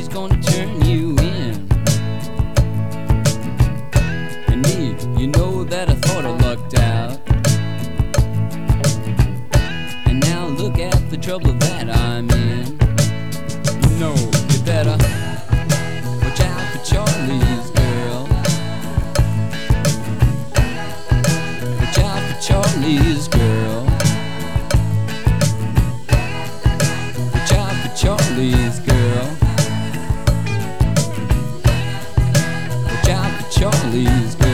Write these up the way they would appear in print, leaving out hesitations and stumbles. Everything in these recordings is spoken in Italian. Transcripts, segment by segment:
gonna turn you in. And me, you know that I thought I lucked out. And now look at the trouble that I'm in. You know, you better watch out for Charlie's girl. Watch out for Charlie's girl. Watch out for Charlie's girl. Watch out for Charlie's girl.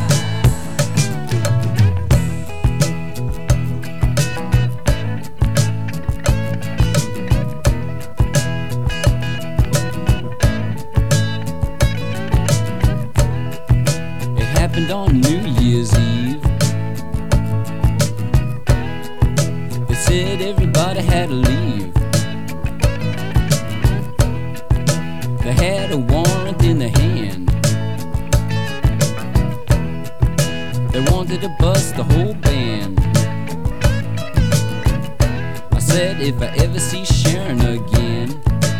It happened on New Year's Eve. They said everybody had to leave. They had a warrant in their hand. They wanted to bust the whole band. I said if I ever see Sharon again,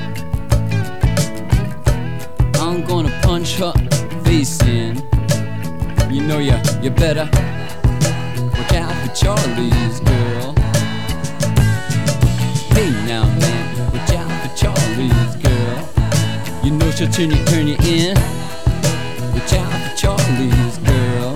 I'm gonna punch her face in. You know you better watch out for Charlie's girl. Hey now man, watch out for Charlie's girl. You know she'll turn you in. Watch out for Charlie's girl.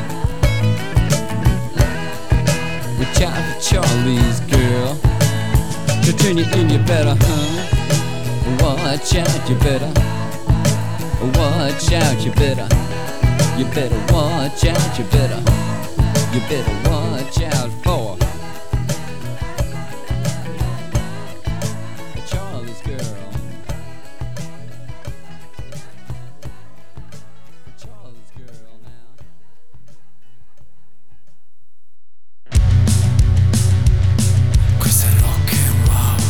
Watch out for Charlie's girl. She'll turn you in, you better, watch out, you better. Watch out, you better. You better watch out, you better. You better watch out for Charlie's girl. Charlie's girl now. Questo è rock and roll.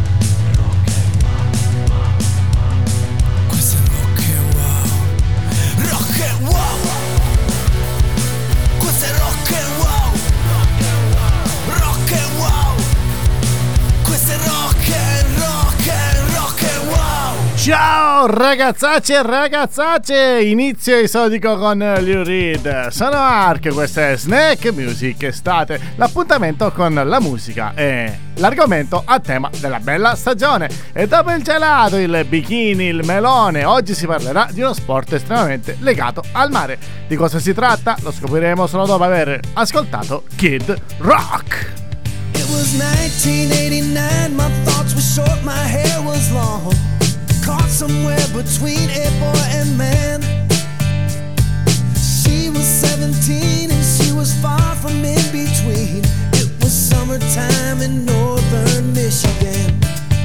Questo è rock and roll. Rock and roll. Questo è rock and roll. Rock and roll. Questo è rock and rock and rock and roll. Ciao ragazzacci e ragazzacce, inizio episodico con Lou Reed. Sono Ark, questa è Snack Music Estate, l'appuntamento con la musica e l'argomento a tema della bella stagione. E dopo il gelato, il bikini, il melone, oggi si parlerà di uno sport estremamente legato al mare. Di cosa si tratta? Lo scopriremo solo dopo aver ascoltato Kid Rock. It was 1989, my thoughts were short, my hair was long. Caught somewhere between a boy and man. She was 17 and she was far from in between. It was summertime in northern Michigan.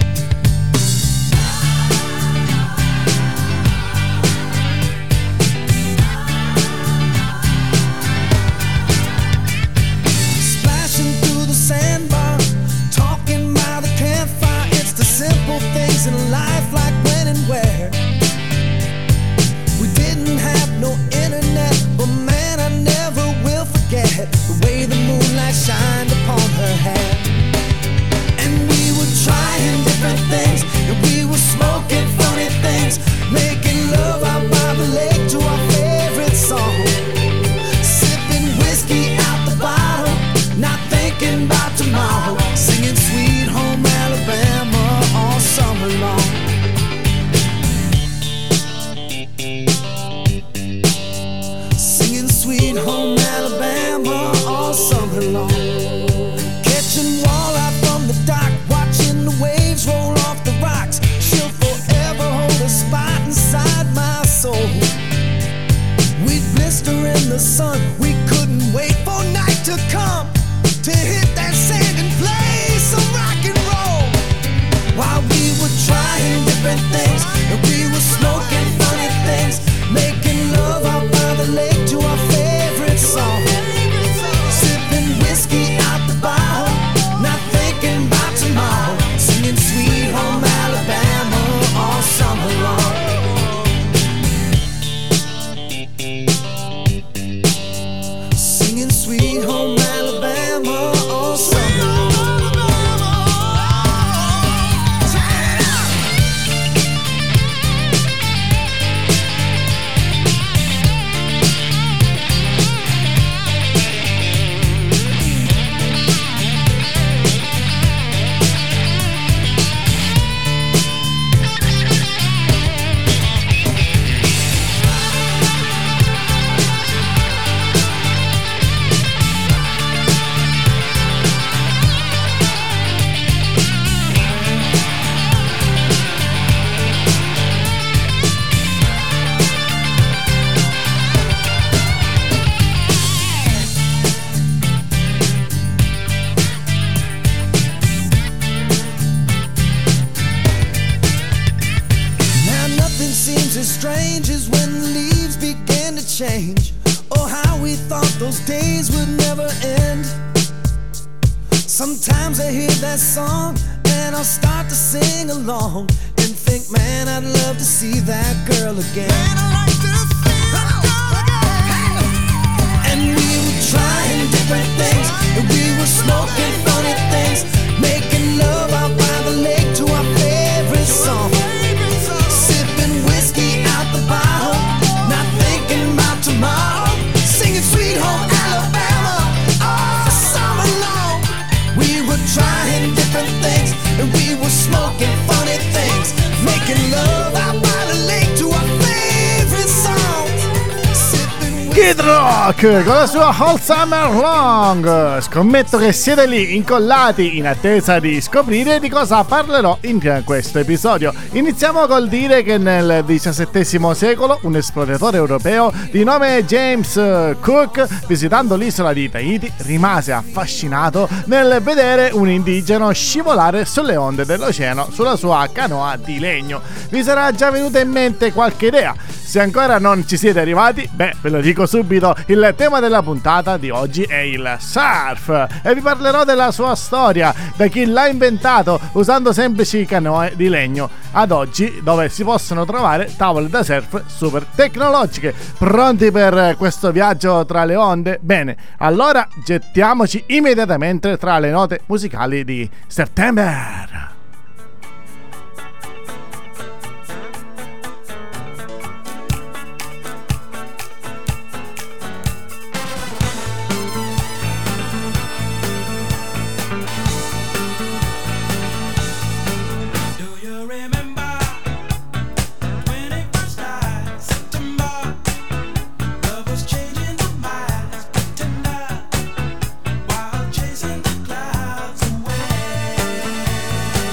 Splashing through the sandbar, talking by the campfire. It's the simple things in life, like when and where. We didn't have no internet, but man, I never will forget the way the moonlight shined upon her hair. changes when the leaves begin to change. Oh, how we thought those days would never end. Sometimes I hear that song and I'll start to sing along and think, man, I'd love to see that girl again. Man, I'd like to see that girl again. And we were trying different things, and we were smoking funny things, making love out by the lake to our favorite song, sipping whiskey out the bottle, not thinking about tomorrow, singing Sweet Home Alabama all summer long. We were trying different things, and we were smoking funny things, making love out by the lake to our favorite songs, sipping Kid Rock con la sua All Summer Long. Scommetto che siete lì incollati in attesa di scoprire di cosa parlerò in questo episodio. Iniziamo col dire che nel XVII secolo un esploratore europeo di nome James Cook, visitando l'isola di Tahiti, rimase affascinato nel vedere un indigeno scivolare sulle onde dell'oceano sulla sua canoa di legno. Vi sarà già venuta in mente qualche idea? Se ancora non ci siete arrivati, beh, ve lo dico subito, il tema della puntata di oggi è il surf e vi parlerò della sua storia, da chi l'ha inventato usando semplici canoe di legno ad oggi, dove si possono trovare tavole da surf super tecnologiche. Pronti per questo viaggio tra le onde? Bene, allora gettiamoci immediatamente tra le note musicali di September. away.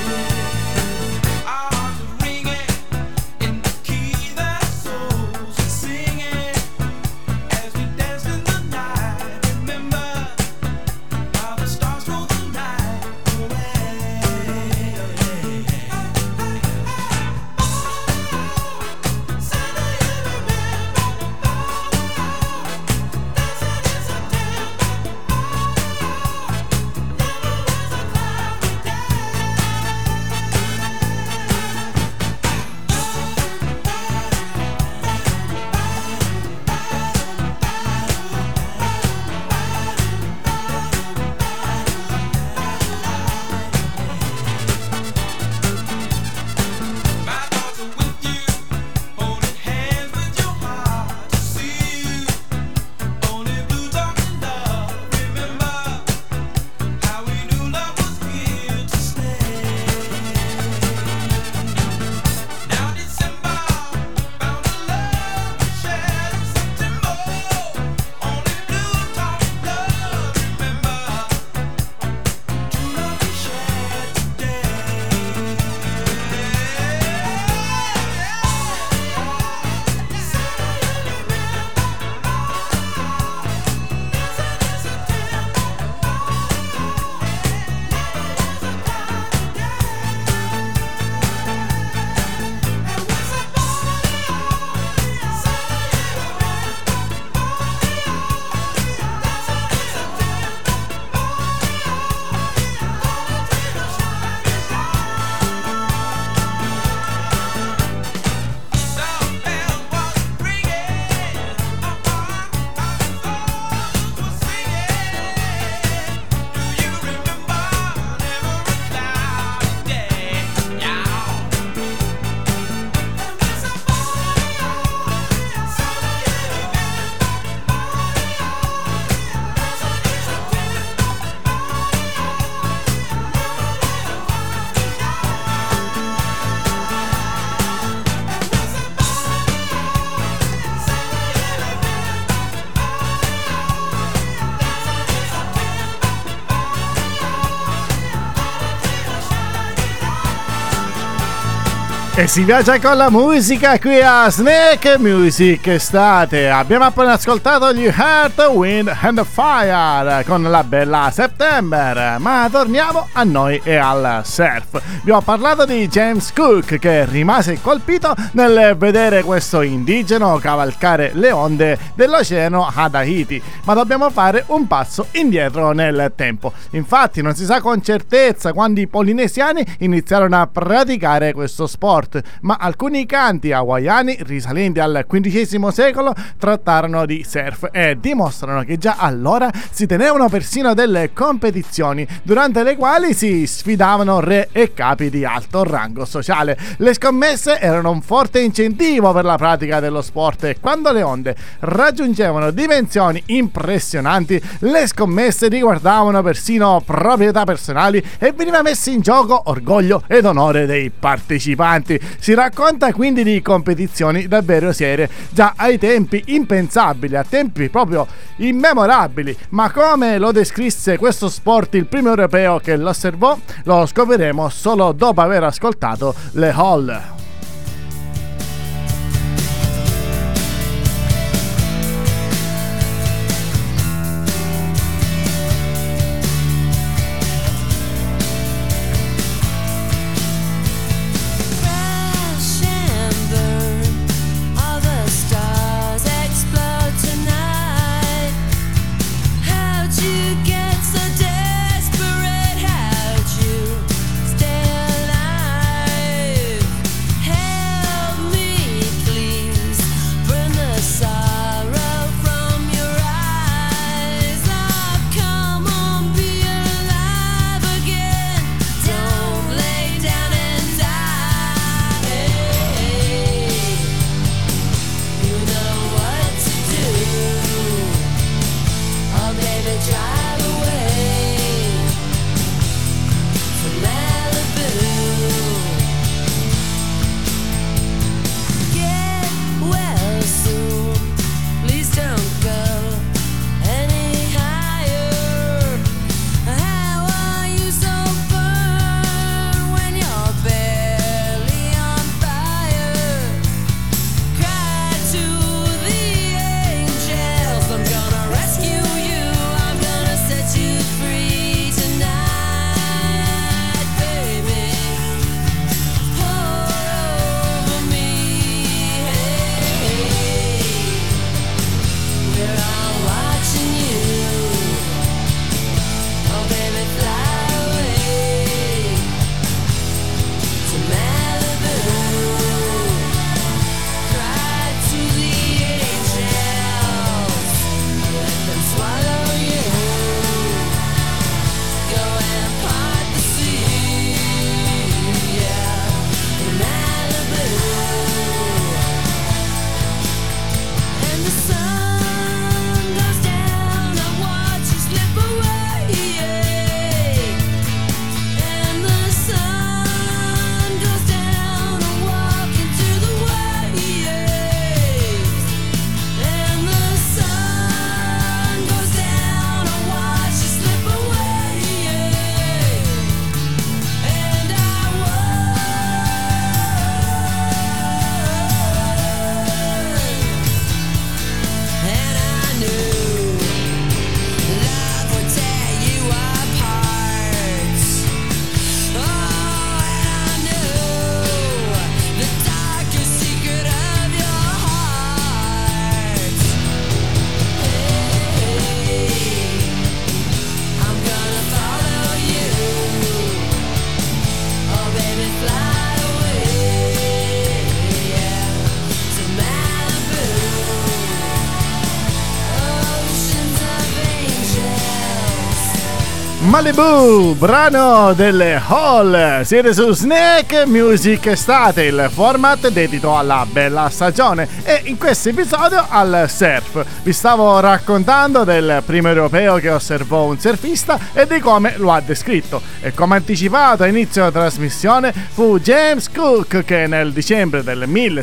E si viaggia con la musica qui a Snake Music Estate. Abbiamo appena ascoltato gli Earth, Wind and Fire con la bella September. Ma torniamo a noi e al surf. Vi ho parlato di James Cook, che rimase colpito nel vedere questo indigeno cavalcare le onde dell'oceano ad Haiti. Ma dobbiamo fare un passo indietro nel tempo. Infatti non si sa con certezza quando i polinesiani iniziarono a praticare questo sport, ma alcuni canti hawaiani risalenti al XV secolo trattarono di surf e dimostrano che già allora si tenevano persino delle competizioni durante le quali si sfidavano re e capi di alto rango sociale. Le scommesse erano un forte incentivo per la pratica dello sport e quando le onde raggiungevano dimensioni impressionanti, le scommesse riguardavano persino proprietà personali e veniva messo in gioco orgoglio ed onore dei partecipanti. Si racconta quindi di competizioni davvero serie, già ai tempi impensabili, a tempi proprio immemorabili. Ma come lo descrisse questo sport il primo europeo che lo osservò, lo scopriremo solo dopo aver ascoltato le Hall. Malibu, brano delle Hall. Siete su Snake Music Estate, il format dedito alla bella stagione e in questo episodio al surf. Vi stavo raccontando del primo europeo che osservò un surfista e di come lo ha descritto, e come anticipato a inizio della trasmissione fu James Cook che nel dicembre del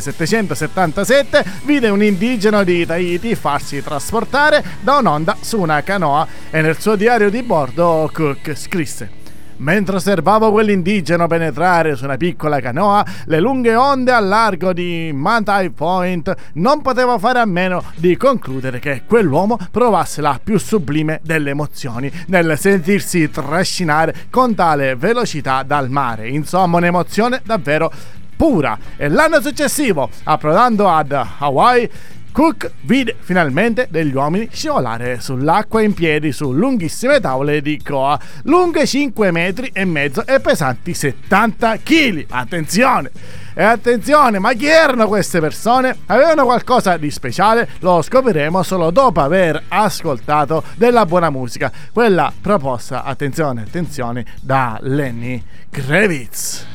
1777 vide un indigeno di Tahiti farsi trasportare da un'onda su una canoa e nel suo diario di bordo Cook scrisse: Mentre osservavo quell'indigeno penetrare su una piccola canoa le lunghe onde al largo di Mantai Point, non potevo fare a meno di concludere che quell'uomo provasse la più sublime delle emozioni nel sentirsi trascinare con tale velocità dal mare. Insomma, un'emozione davvero pura. E l'anno successivo, approdando ad Hawaii, Cook vide finalmente degli uomini scivolare sull'acqua in piedi su lunghissime tavole di coa, lunghe 5 metri e mezzo e pesanti 70 kg. Attenzione! E attenzione, ma chi erano queste persone? Avevano qualcosa di speciale? Lo scopriremo solo dopo aver ascoltato della buona musica, quella proposta, attenzione, attenzione, da Lenny Kravitz.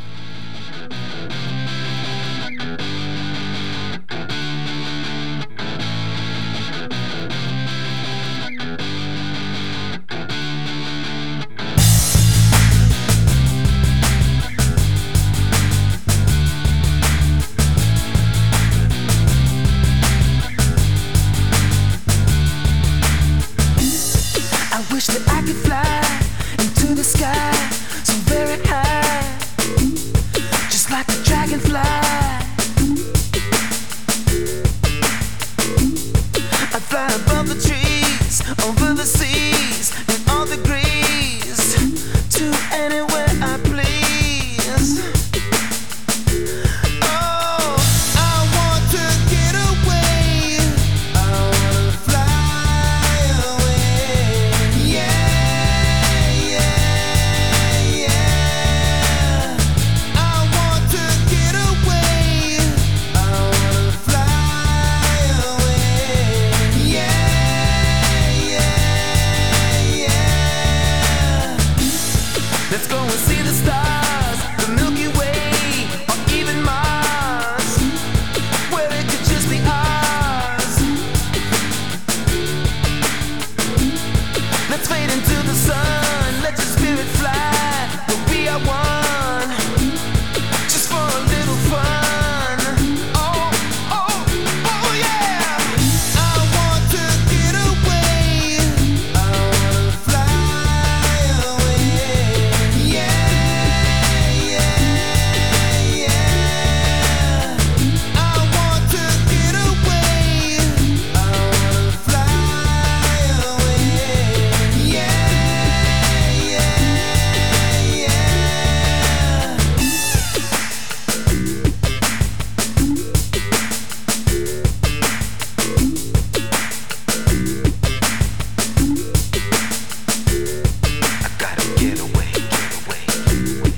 Wish that I could fly into the sky so very high, just like a dragonfly. I'd fly above the trees, over the seas, in all degrees, to anywhere I please. Oh, I want to get away, I want to fly away. Yeah, yeah, yeah. I want to get away, I want to fly away. Yeah, yeah, yeah. Let's go and see the stars, the Milky Way, or even Mars, where it could just be ours. Let's fade into the sun, let your spirit fly, we'll be at one, just for a little fun. Oh, oh, oh yeah. I want to get away, I want to fly away. Yeah, yeah, yeah. I want to get away, I want to fly away. Yeah, yeah, yeah. I gotta get away, get away, get away.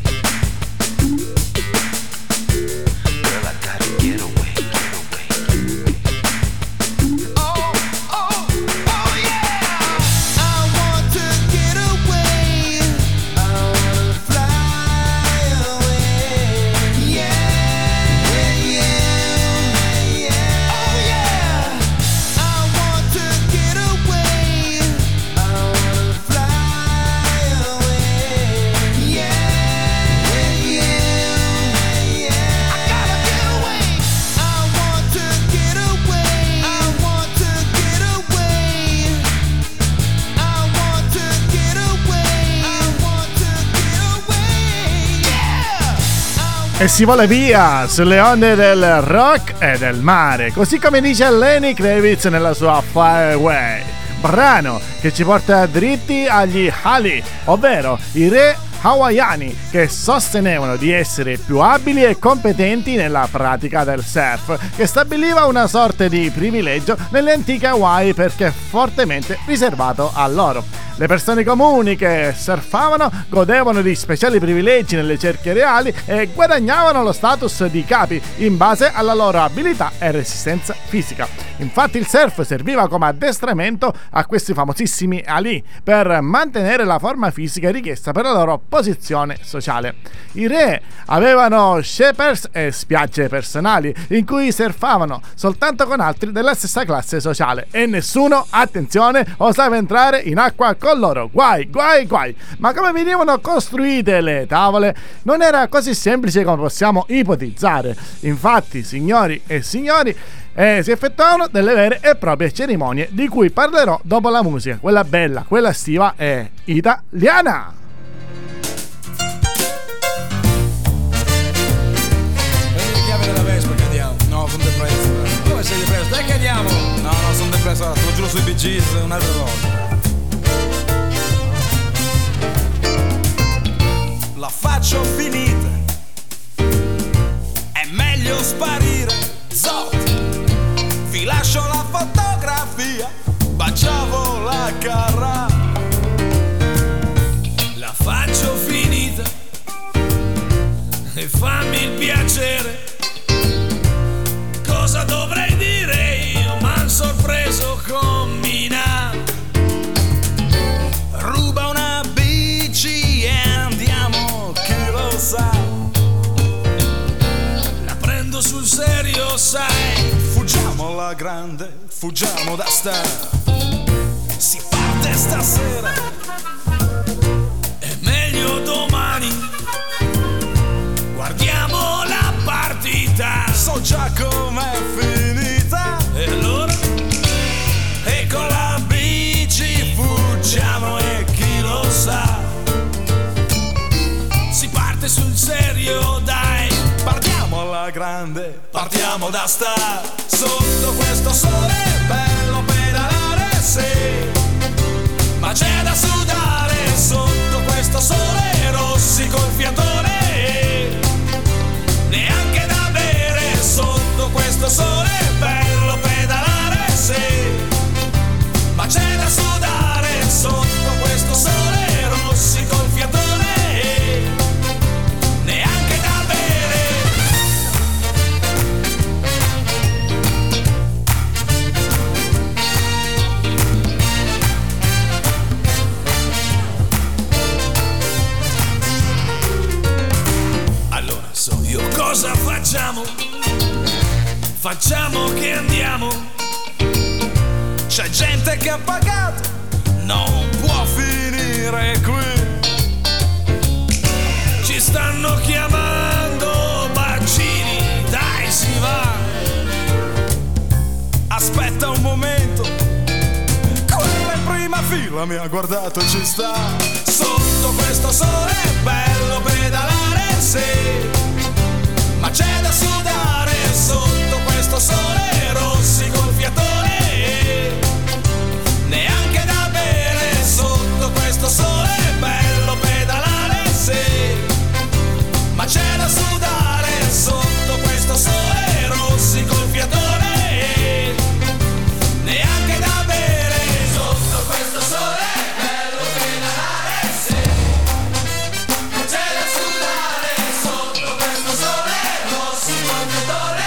Girl, I gotta get away, get away, get away. Oh, oh, oh yeah. I want to get away, I wanna fly away. Yeah, yeah, yeah. Oh yeah. I want to get away, I wanna fly away. Yeah, yeah, yeah. I gotta get away. I want to get away, I want to get away. I want to get away, I want to get away. Yeah. E si vola via sulle onde del rock e del mare, così come dice Lenny Kravitz nella sua Fire Away, brano che ci porta dritti agli Hali, ovvero i re hawaiani che sostenevano di essere più abili e competenti nella pratica del surf, che stabiliva una sorta di privilegio nelle antiche Hawaii perché fortemente riservato a loro. Le persone comuni che surfavano godevano di speciali privilegi nelle cerchie reali e guadagnavano lo status di capi in base alla loro abilità e resistenza fisica. Infatti il surf serviva come addestramento a questi famosissimi Ali per mantenere la forma fisica richiesta per la loro posizione sociale. I re avevano shepherds e spiagge personali in cui surfavano soltanto con altri della stessa classe sociale e nessuno, attenzione, osava entrare in acqua con loro. Guai, guai, guai. Ma come venivano costruite le tavole? Non era così semplice come possiamo ipotizzare. Infatti, signori e signori, si effettuavano delle vere e proprie cerimonie di cui parlerò dopo la musica, quella bella, quella estiva e italiana. te lo giuro sui Bee Gees un'altra volta. La faccio finita, è meglio sparire, Zot. Vi lascio la fotografia, baciavo la carra. La faccio finita e fammi il piacere. Cosa dovrei dire io? M'han sorpreso con Mina. Ruba una bici e andiamo, chi lo sa. La prendo sul serio, sai. Fuggiamo alla grande, fuggiamo da star. Si parte stasera, è meglio domani. Guardiamo la partita, so già com'è finita. E allora? E con la bici fuggiamo e chi lo sa. Si parte sul serio, dai. Partiamo alla grande, partiamo da star. Sotto questo sole bello pedalare, sì. Ma c'è da sudare sotto questo sole, rossi col fiatone. Neanche da bere sotto questo sole bello pedalare, sì. Ma c'è da sudare sotto questo sole, rossi col fiatone. Neanche da bere. Allora so io cosa facciamo? Facciamo che andiamo. C'è gente che ha pagato, non può finire qui. Ci stanno chiamando bacini, dai si va. Aspetta un momento, quella in prima fila mi ha guardato, ci sta. Sotto questo sole bello pedalare, sì. Ma c'è da sudare sotto questo sole, rossi col fiatone. Neanche da bere sotto questo sole bello pedalare, sì. Ma c'è da sudare sotto questo sole, rossi col fiatone. Neanche da bere sotto questo sole bello pedalare, sì. Ma c'è da sudare sotto questo sole, rossi col fiatone.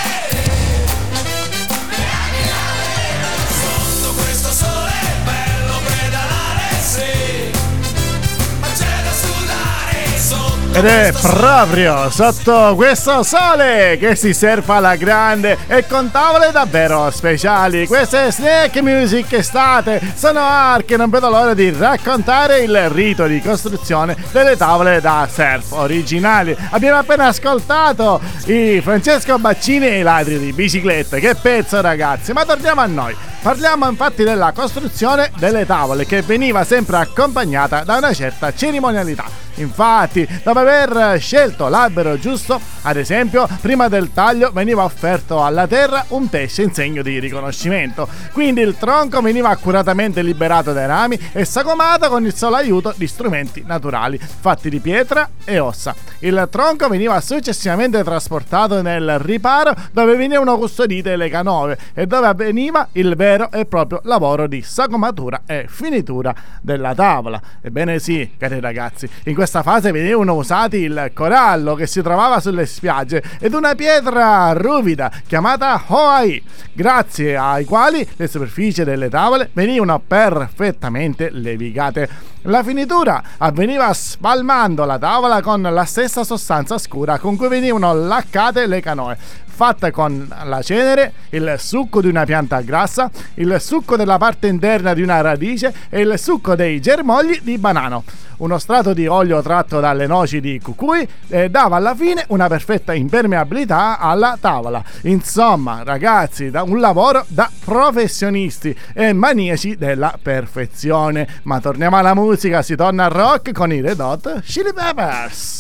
Neanche da bere sotto questo sole bello pedalare, sì. Ma c'è da sudare sotto. Ed è proprio sotto questo sole che si surfa alla grande e con tavole davvero speciali. Questa è Snake Music Estate. Sono Ark e non vedo l'ora di raccontare il rito di costruzione delle tavole da surf originali. Abbiamo appena ascoltato i Francesco Baccini e i ladri di biciclette. Che pezzo, ragazzi! Ma torniamo a noi. Parliamo infatti della costruzione delle tavole, che veniva sempre accompagnata da una certa cerimonialità. Infatti, dopo aver scelto l'albero giusto, ad esempio, prima del taglio veniva offerto alla terra un pesce in segno di riconoscimento. Quindi il tronco veniva accuratamente liberato dai rami e sagomato con il solo aiuto di strumenti naturali, fatti di pietra e ossa. Il tronco veniva successivamente trasportato nel riparo, dove venivano custodite le canove e dove avveniva il vero e proprio lavoro di sagomatura e finitura della tavola. Ebbene sì, cari ragazzi, in questa fase venivano usati il corallo che si trovava sulle spiagge ed una pietra ruvida chiamata Hoai, grazie ai quali le superfici delle tavole venivano perfettamente levigate. La finitura avveniva spalmando la tavola con la stessa sostanza scura con cui venivano laccate le canoe, fatta con la cenere, il succo di una pianta grassa, il succo della parte interna di una radice e il succo dei germogli di banano. Uno strato di olio tratto dalle noci di cucui dava alla fine una perfetta impermeabilità alla tavola. Insomma, ragazzi, un lavoro da professionisti e maniaci della perfezione. Ma torniamo alla musica, si torna al rock con i Red Hot Chili Peppers.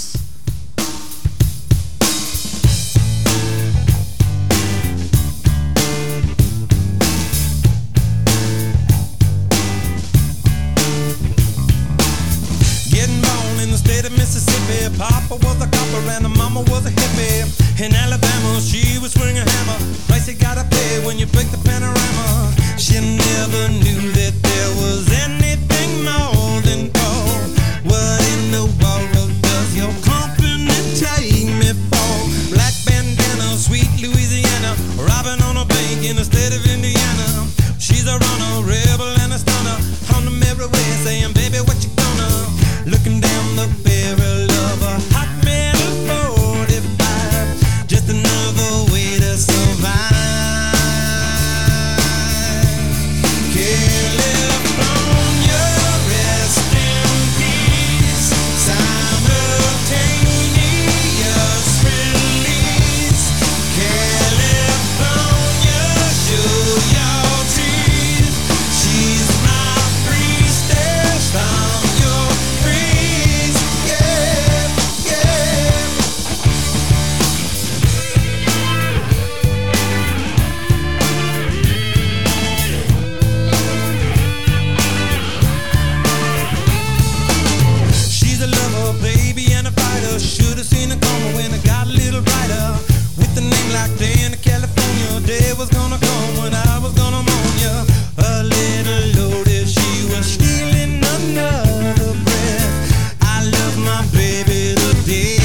was gonna come, when I was gonna moan you. A little loaded, she was stealing another breath. I love my baby to death.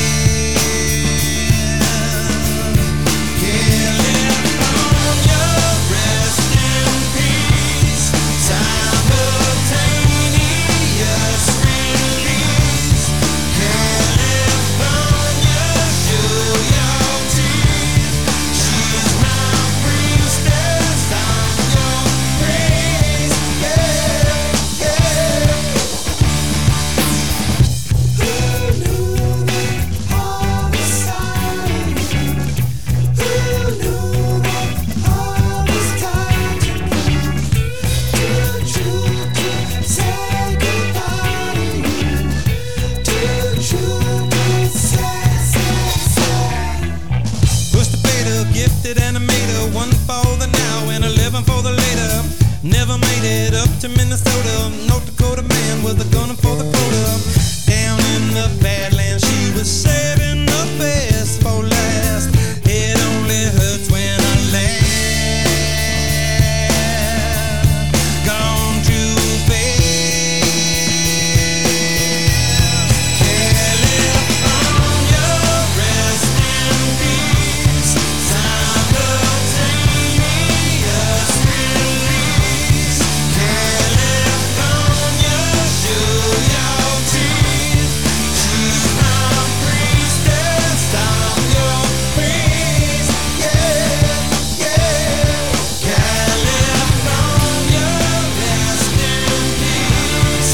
California, rest in peace. Simultaneous release. California, show your teeth. She's my priestess, I'm your praise. Yeah, yeah. Who knew that all was silent? Who knew that all was time to prove? Too true to say goodbye to you. Too true to say. Pushed the fader, gifted animator, one for the now and 11 for the later. Never made it up to Minnesota. North Dakota man with a gun for the quota. Down in the Badlands, she was saving the best for last. It only hurts when I laugh. Gone too fast. California, rest in peace. Simultaneous release. California, show your teeth. She's my priestess, I'm your priest. Yeah, yeah. California, rest in peace.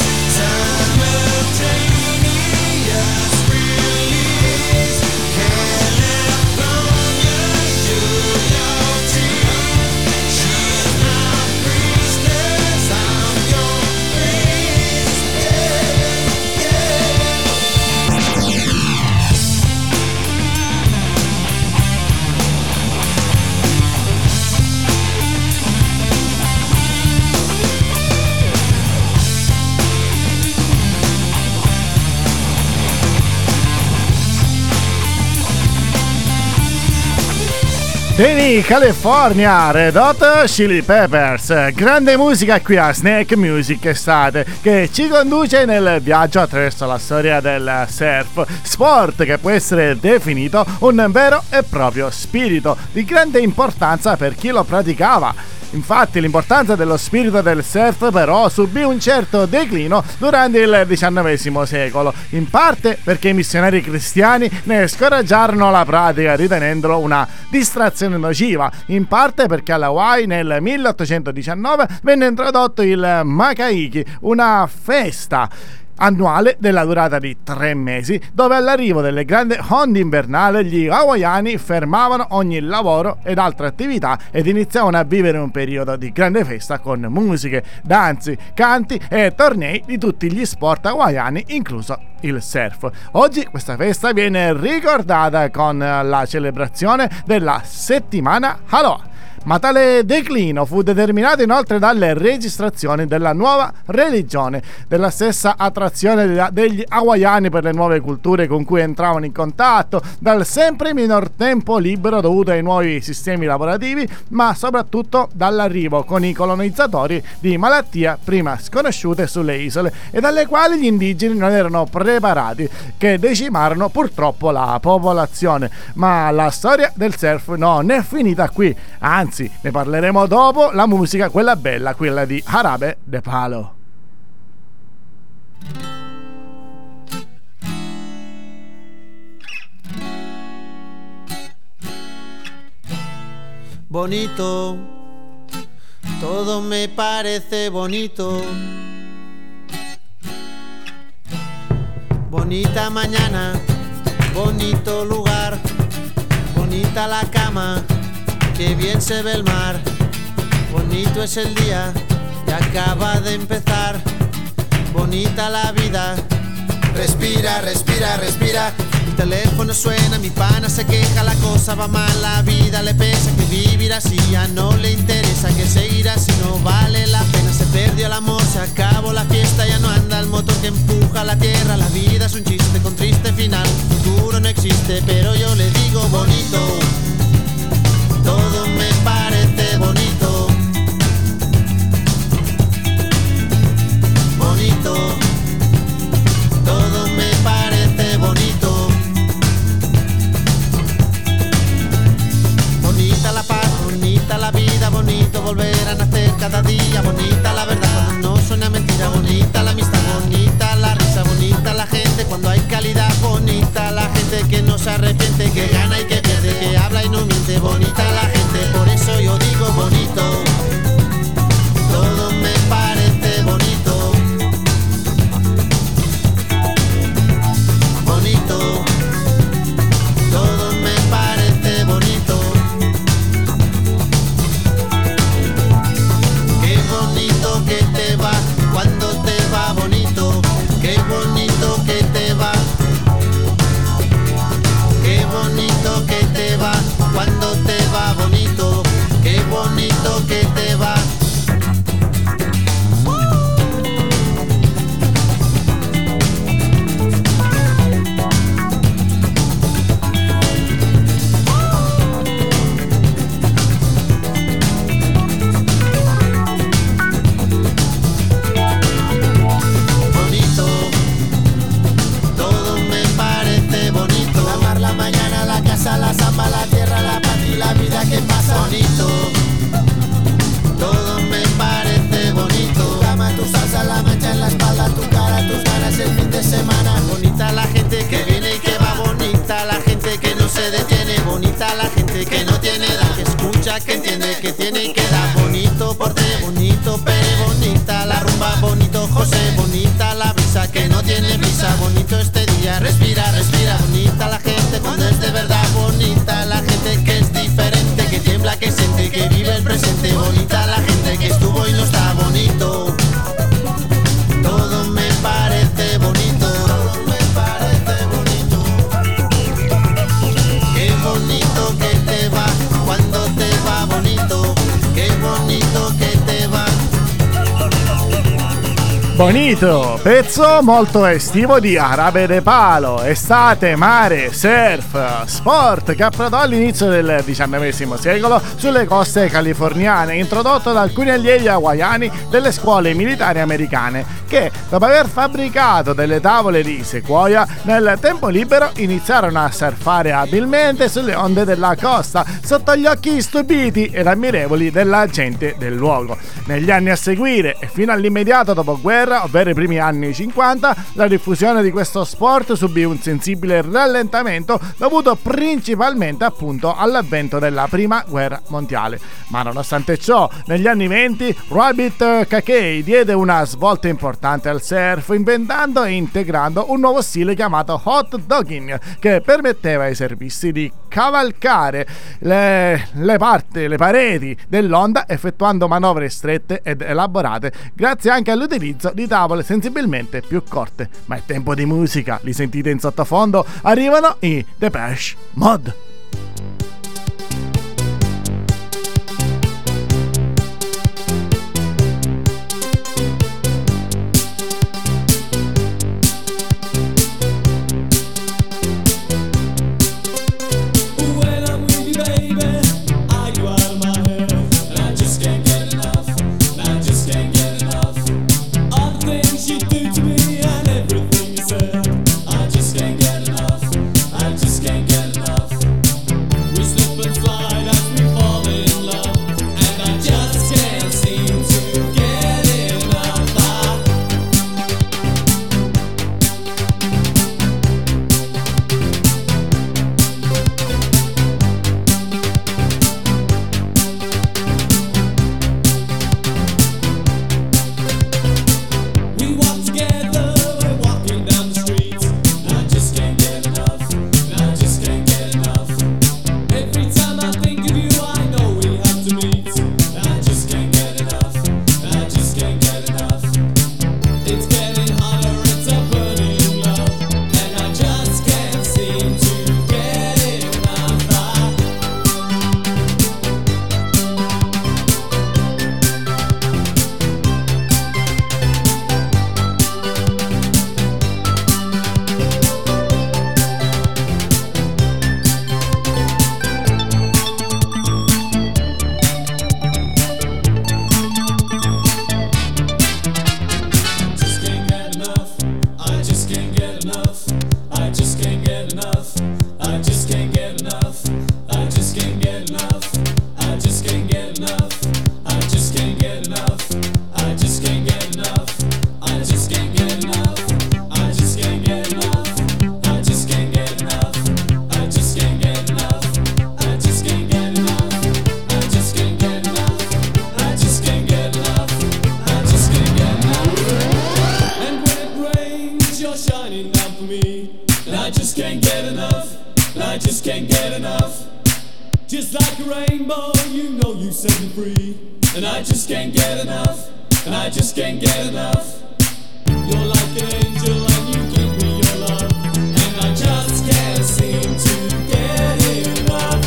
Simultaneous release. California, show your teeth. She's my priestess, I'm your priest. Danny California, Red Hot Chili Peppers. Grande musica qui a Snake Music Estate, che ci conduce nel viaggio attraverso la storia del surf, sport che può essere definito un vero e proprio spirito di grande importanza per chi lo praticava. Infatti l'importanza dello spirito del surf però subì un certo declino durante il XIX secolo, in parte perché i missionari cristiani ne scoraggiarono la pratica ritenendolo una distrazione nociva, in parte perché alla Hawaii nel 1819 venne introdotto il Makahiki, una festa annuale della durata di 3 mesi, dove all'arrivo delle grandi onde invernali gli hawaiani fermavano ogni lavoro ed altre attività ed iniziavano a vivere un periodo di grande festa con musiche, danze, canti e tornei di tutti gli sport hawaiani, incluso il surf. Oggi questa festa viene ricordata con la celebrazione della settimana Aloha. Ma tale declino fu determinato inoltre dalle registrazioni della nuova religione, della stessa attrazione degli hawaiani per le nuove culture con cui entravano in contatto, dal sempre minor tempo libero dovuto ai nuovi sistemi lavorativi, ma soprattutto dall'arrivo con i colonizzatori di malattie prima sconosciute sulle isole e dalle quali gli indigeni non erano preparati, che decimarono purtroppo la popolazione. Ma la storia del surf non è finita qui, anzi ne parleremo dopo la musica, quella bella, quella di Jarabe de Palo. Bonito, todo me parece bonito. Bonita mañana, bonito lugar, bonita la cama, que bien se ve el mar. Bonito es el día y acaba de empezar. Bonita la vida. Respira, respira, respira. El teléfono suena, mi pana se queja, la cosa va mal, la vida le pesa, que vivir así ya no le interesa, que seguir así no vale la pena. Se perdió el amor, se acabó la fiesta, ya no anda el motor que empuja la tierra. La vida es un chiste con triste final, futuro no existe, pero yo le digo bonito. Todo me parece cada día, bonita la verdad cuando no suena mentira, bonita la amistad, bonita la risa, bonita la gente cuando hay calidad, bonita la gente que no se arrepiente, que gana y que pierde, que habla y no miente, bonita la gente, por eso yo digo bonito, todo me parece bonito, bonito, todo me parece bonito. Qué bonito que te va cuando te va bonito, qué bonito que te va, qué bonito que te va cuando te va bonito, qué bonito que te va. La samba, la tierra, la paz y la vida que pasa. Bonito, todo me parece bonito. Tu cama, tu salsa, la mancha en la espalda, tu cara, tus ganas el fin de semana. Bonita la gente que viene y que va, bonita la gente que no se detiene, bonita la gente que no tiene edad, que escucha, que entiende, que tiene y que da. Bonito porte, bonito Pere, bonita la rumba, bonito José, bonita la brisa que no tiene prisa, bonito este día, respira, respira, bonita la gente cuando es de verdad, bonita la gente que es diferente, que tiembla, que siente, que vive el presente, bonita la gente que estuvo y no está, bonito, todo me parece bonito, todo me parece bonito, qué bonito que te va cuando te va bonito, qué bonito que te va. Bonito, pezzo molto estivo di Jarabe de Palo, estate, mare, surf, sport che approdò all'inizio del XIX secolo sulle coste californiane, introdotto da alcuni allievi hawaiani delle scuole militari americane che, dopo aver fabbricato delle tavole di sequoia, nel tempo libero iniziarono a surfare abilmente sulle onde della costa sotto gli occhi stupiti ed ammirevoli della gente del luogo. Negli anni a seguire e fino all'immediato dopoguerra, ovvero i primi anni 50, la diffusione di questo sport subì un sensibile rallentamento dovuto principalmente appunto all'avvento della prima guerra mondiale. Ma nonostante ciò, negli anni 20 Rabbit Kakei diede una svolta importante al surf, inventando e integrando un nuovo stile chiamato hot dogging, che permetteva ai surfisti di cavalcare le pareti dell'onda effettuando manovre strette ed elaborate, grazie anche all'utilizzo di tavole sensibilmente più corte. Ma è tempo di musica, li sentite in sottofondo? Arrivano i Depeche Mode. I just can't get enough. can't get enough. Just like a rainbow, you know you set me free. And I just can't get enough. And I just can't get enough. You're like an angel and you give me your love. And I just can't seem to get enough.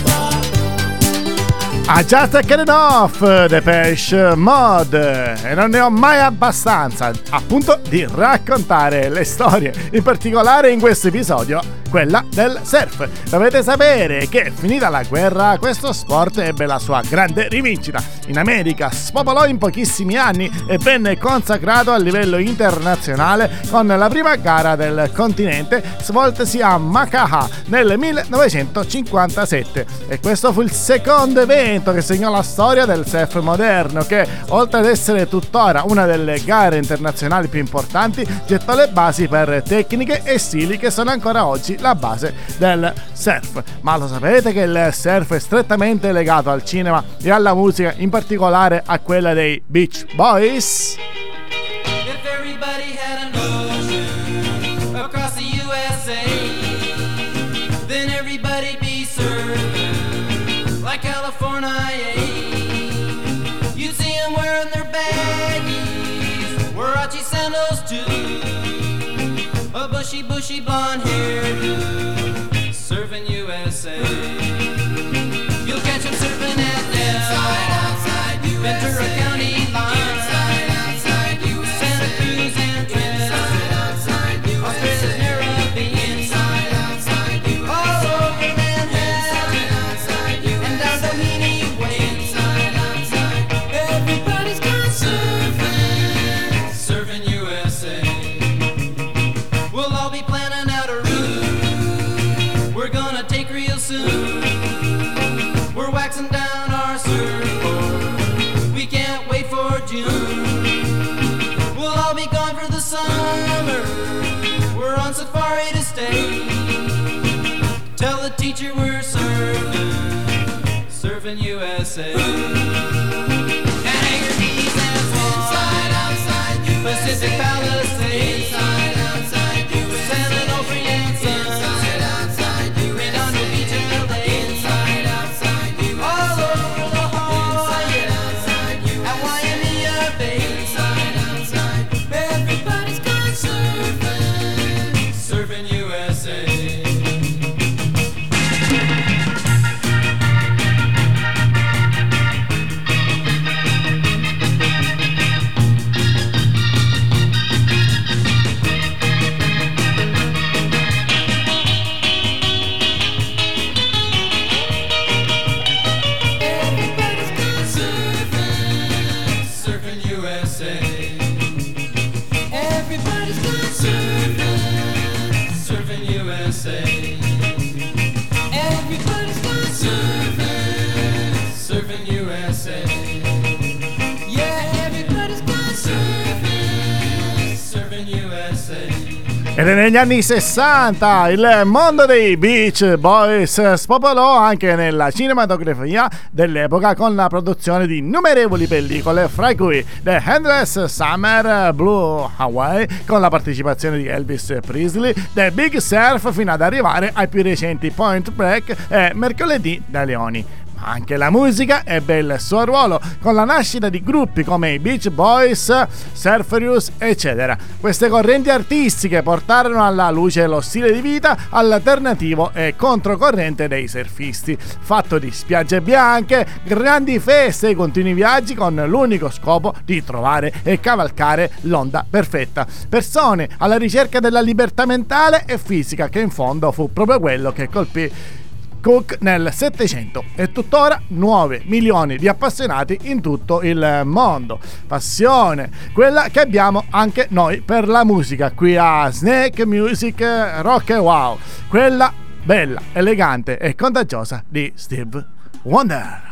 I just can't get enough, Depeche Mode, e non ne ho mai abbastanza, appunto, di raccontare le storie, in particolare in questo episodio quella del surf. Dovete sapere che, finita la guerra, questo sport ebbe la sua grande rivincita. In America spopolò in pochissimi anni e venne consacrato a livello internazionale con la prima gara del continente svoltasi a Makaha nel 1957, e questo fu il secondo evento che segnò la storia del surf moderno, che, oltre ad essere tuttora una delle gare internazionali più importanti, gettò le basi per tecniche e stili che sono ancora oggi la base del surf. Ma lo sapete che il surf è strettamente legato al cinema e alla musica, in particolare a quella dei Beach Boys? If everybody had an ocean across the USA, then everybody'd be surfing like California. You'd see them wearing their baggies, Warachi sandals too, a bushy blonde hairdo, surfing USA. You'll catch them surfing at Ventura County line, Santa Cruz and Trinidad, Australia's Caribbean, all over Manhattan, and down Doheny Way. Everybody's gone surfing USA. We'll all be planning out a route we're gonna take real soon. We're waxing down our surfboard, we can't wait for June. We'll all be gone for the summer, we're on safari to stay. Tell the teacher we're surfing USA. And Hangar Keys and Swan, Pacific Palisades, San Onofre and Sons, Redondo Beach and LA, all over La Jolla, at Waimea Bay. Everybody's gone surfing USA. Ed è negli anni 60 il mondo dei Beach Boys spopolò anche nella cinematografia dell'epoca con la produzione di innumerevoli pellicole, fra cui The Endless Summer, Blue Hawaii, con la partecipazione di Elvis Presley, The Big Surf, fino ad arrivare ai più recenti Point Break e Mercoledì da Leoni. Anche la musica ebbe il suo ruolo, con la nascita di gruppi come i Beach Boys, Surferius, eccetera. Queste correnti artistiche portarono alla luce lo stile di vita alternativo e controcorrente dei surfisti, fatto di spiagge bianche, grandi feste e continui viaggi con l'unico scopo di trovare e cavalcare l'onda perfetta. Persone alla ricerca della libertà mentale e fisica, che in fondo fu proprio quello che colpì Cook nel Settecento, e tuttora 9 milioni di appassionati in tutto il mondo. Passione, quella che abbiamo anche noi per la musica qui a Snake Music Rock and Wow, quella bella, elegante e contagiosa di Steve Wonder.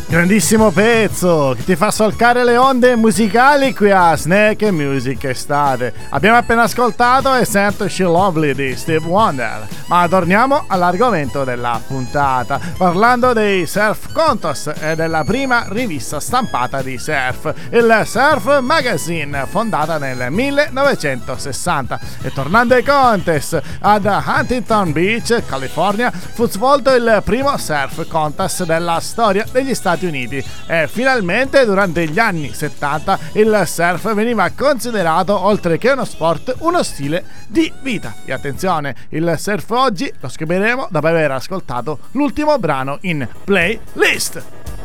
Grandissimo pezzo che ti fa solcare le onde musicali qui a Snake Music Estate. Abbiamo appena ascoltato Isn't She Lovely di Steve Wonder, ma torniamo all'argomento della puntata, parlando dei Surf Contest e della prima rivista stampata di surf, il Surf Magazine, fondata nel 1960. E tornando ai contest, ad Huntington Beach, California, fu svolto il primo Surf Contest della storia degli Stati Uniti e finalmente durante gli anni 70 il surf veniva considerato, oltre che uno sport, uno stile di vita. E attenzione, il surf oggi lo scopriremo dopo aver ascoltato l'ultimo brano in playlist.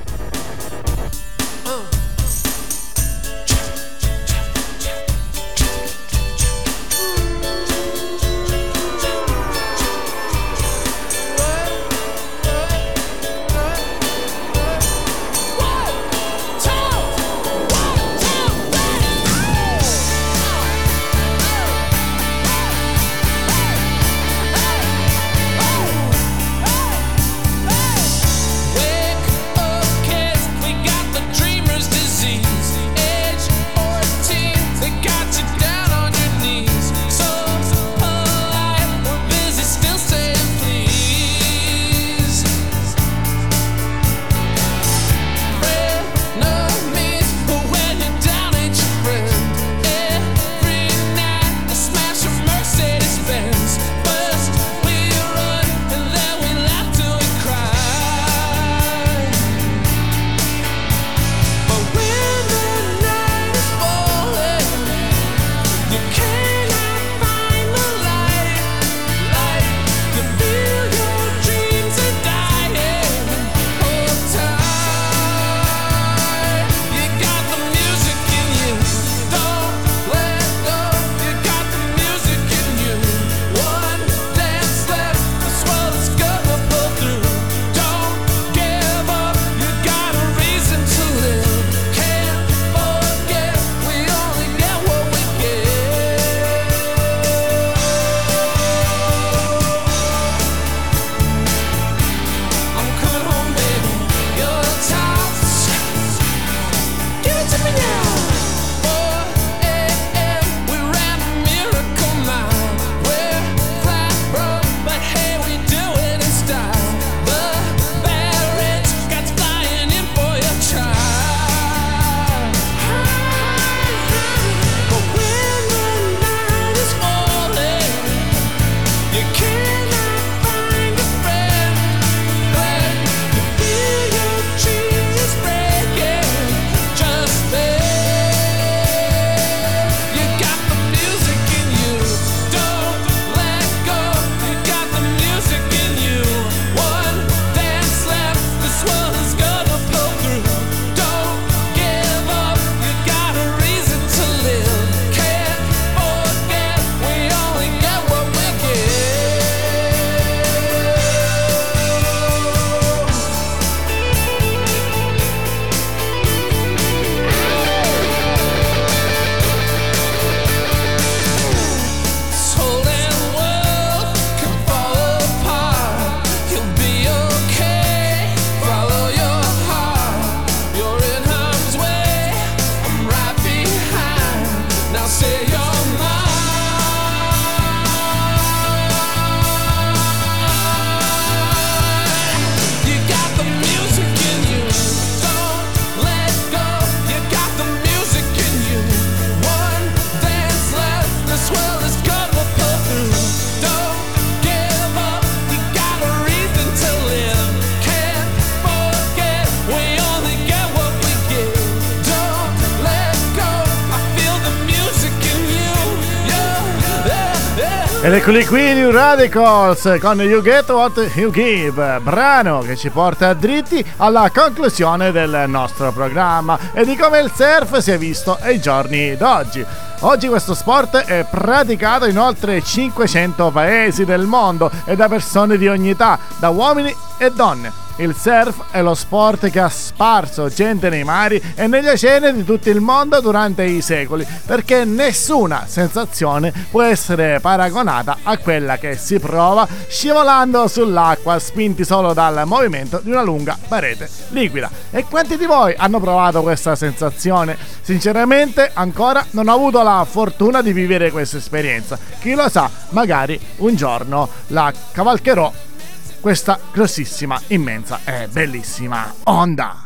Ed eccoli qui, New Radicals con You Get What You Give, brano che ci porta dritti alla conclusione del nostro programma e di come il surf si è visto ai giorni d'oggi. Oggi questo sport è praticato in oltre 500 paesi del mondo e da persone di ogni età, da uomini e donne. Il surf è lo sport che ha sparso gente nei mari e negli oceani di tutto il mondo durante i secoli, perché nessuna sensazione può essere paragonata a quella che si prova scivolando sull'acqua, spinti solo dal movimento di una lunga parete liquida. E quanti di voi hanno provato questa sensazione? Sinceramente ancora non ho avuto la fortuna di vivere questa esperienza. Chi lo sa, magari un giorno la cavalcherò questa grossissima, immensa e bellissima onda.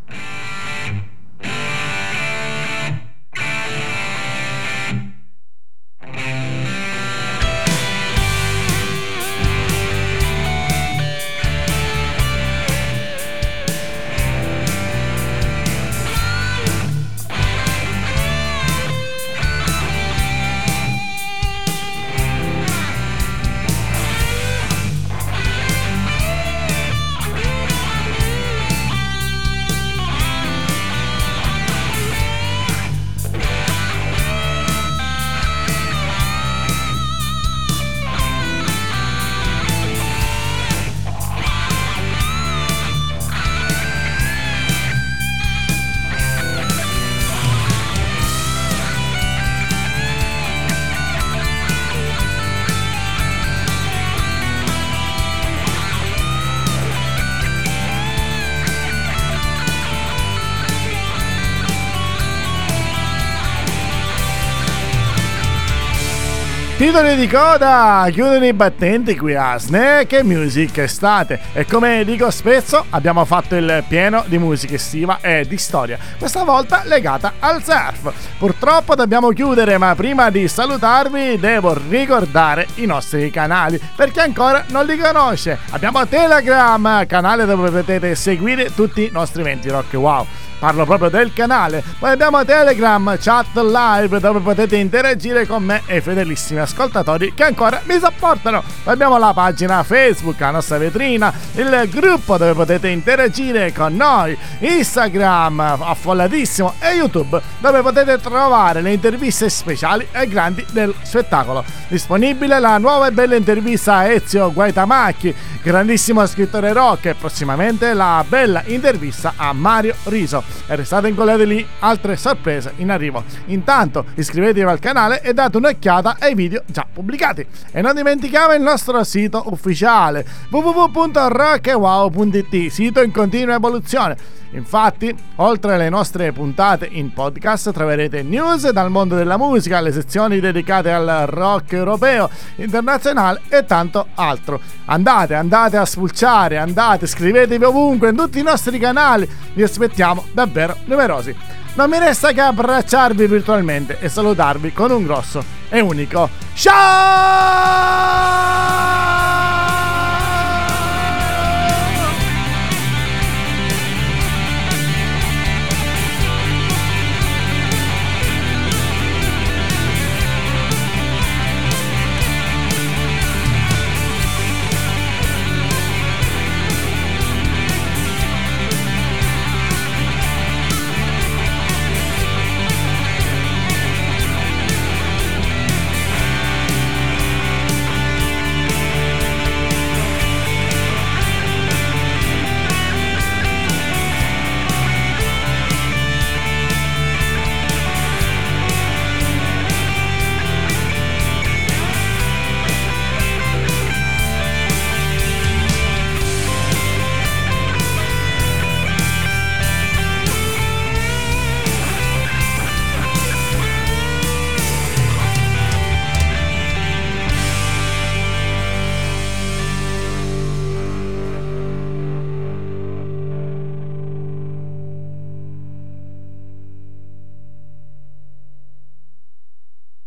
Titoli di coda chiudono i battenti qui a Snack Music Estate e come dico spesso abbiamo fatto il pieno di musica estiva e di storia, questa volta legata al surf. Purtroppo dobbiamo chiudere, ma prima di salutarvi devo ricordare i nostri canali per chi ancora non li conosce. Abbiamo Telegram, canale dove potete seguire tutti i nostri eventi Rock Wow. Parlo proprio del canale. Poi abbiamo Telegram, chat live dove potete interagire con me e i fedelissimi ascoltatori che ancora mi supportano. Poi abbiamo la pagina Facebook, la nostra vetrina, il gruppo dove potete interagire con noi, Instagram affollatissimo e YouTube dove potete trovare le interviste speciali ai grandi del spettacolo. Disponibile la nuova e bella intervista a Ezio Guaitamacchi, grandissimo scrittore rock, e prossimamente la bella intervista a Mario Riso. E restate incollati lì, altre sorprese in arrivo. Intanto iscrivetevi al canale e date un'occhiata ai video già pubblicati. E non dimentichiamo il nostro sito ufficiale www.rockwow.it, sito in continua evoluzione. Infatti, oltre alle nostre puntate in podcast, troverete news dal mondo della musica, le sezioni dedicate al rock europeo, internazionale e tanto altro. Andate a spulciare, iscrivetevi ovunque in tutti i nostri canali, vi aspettiamo davvero numerosi. Non mi resta che abbracciarvi virtualmente e salutarvi con un grosso e unico ciao!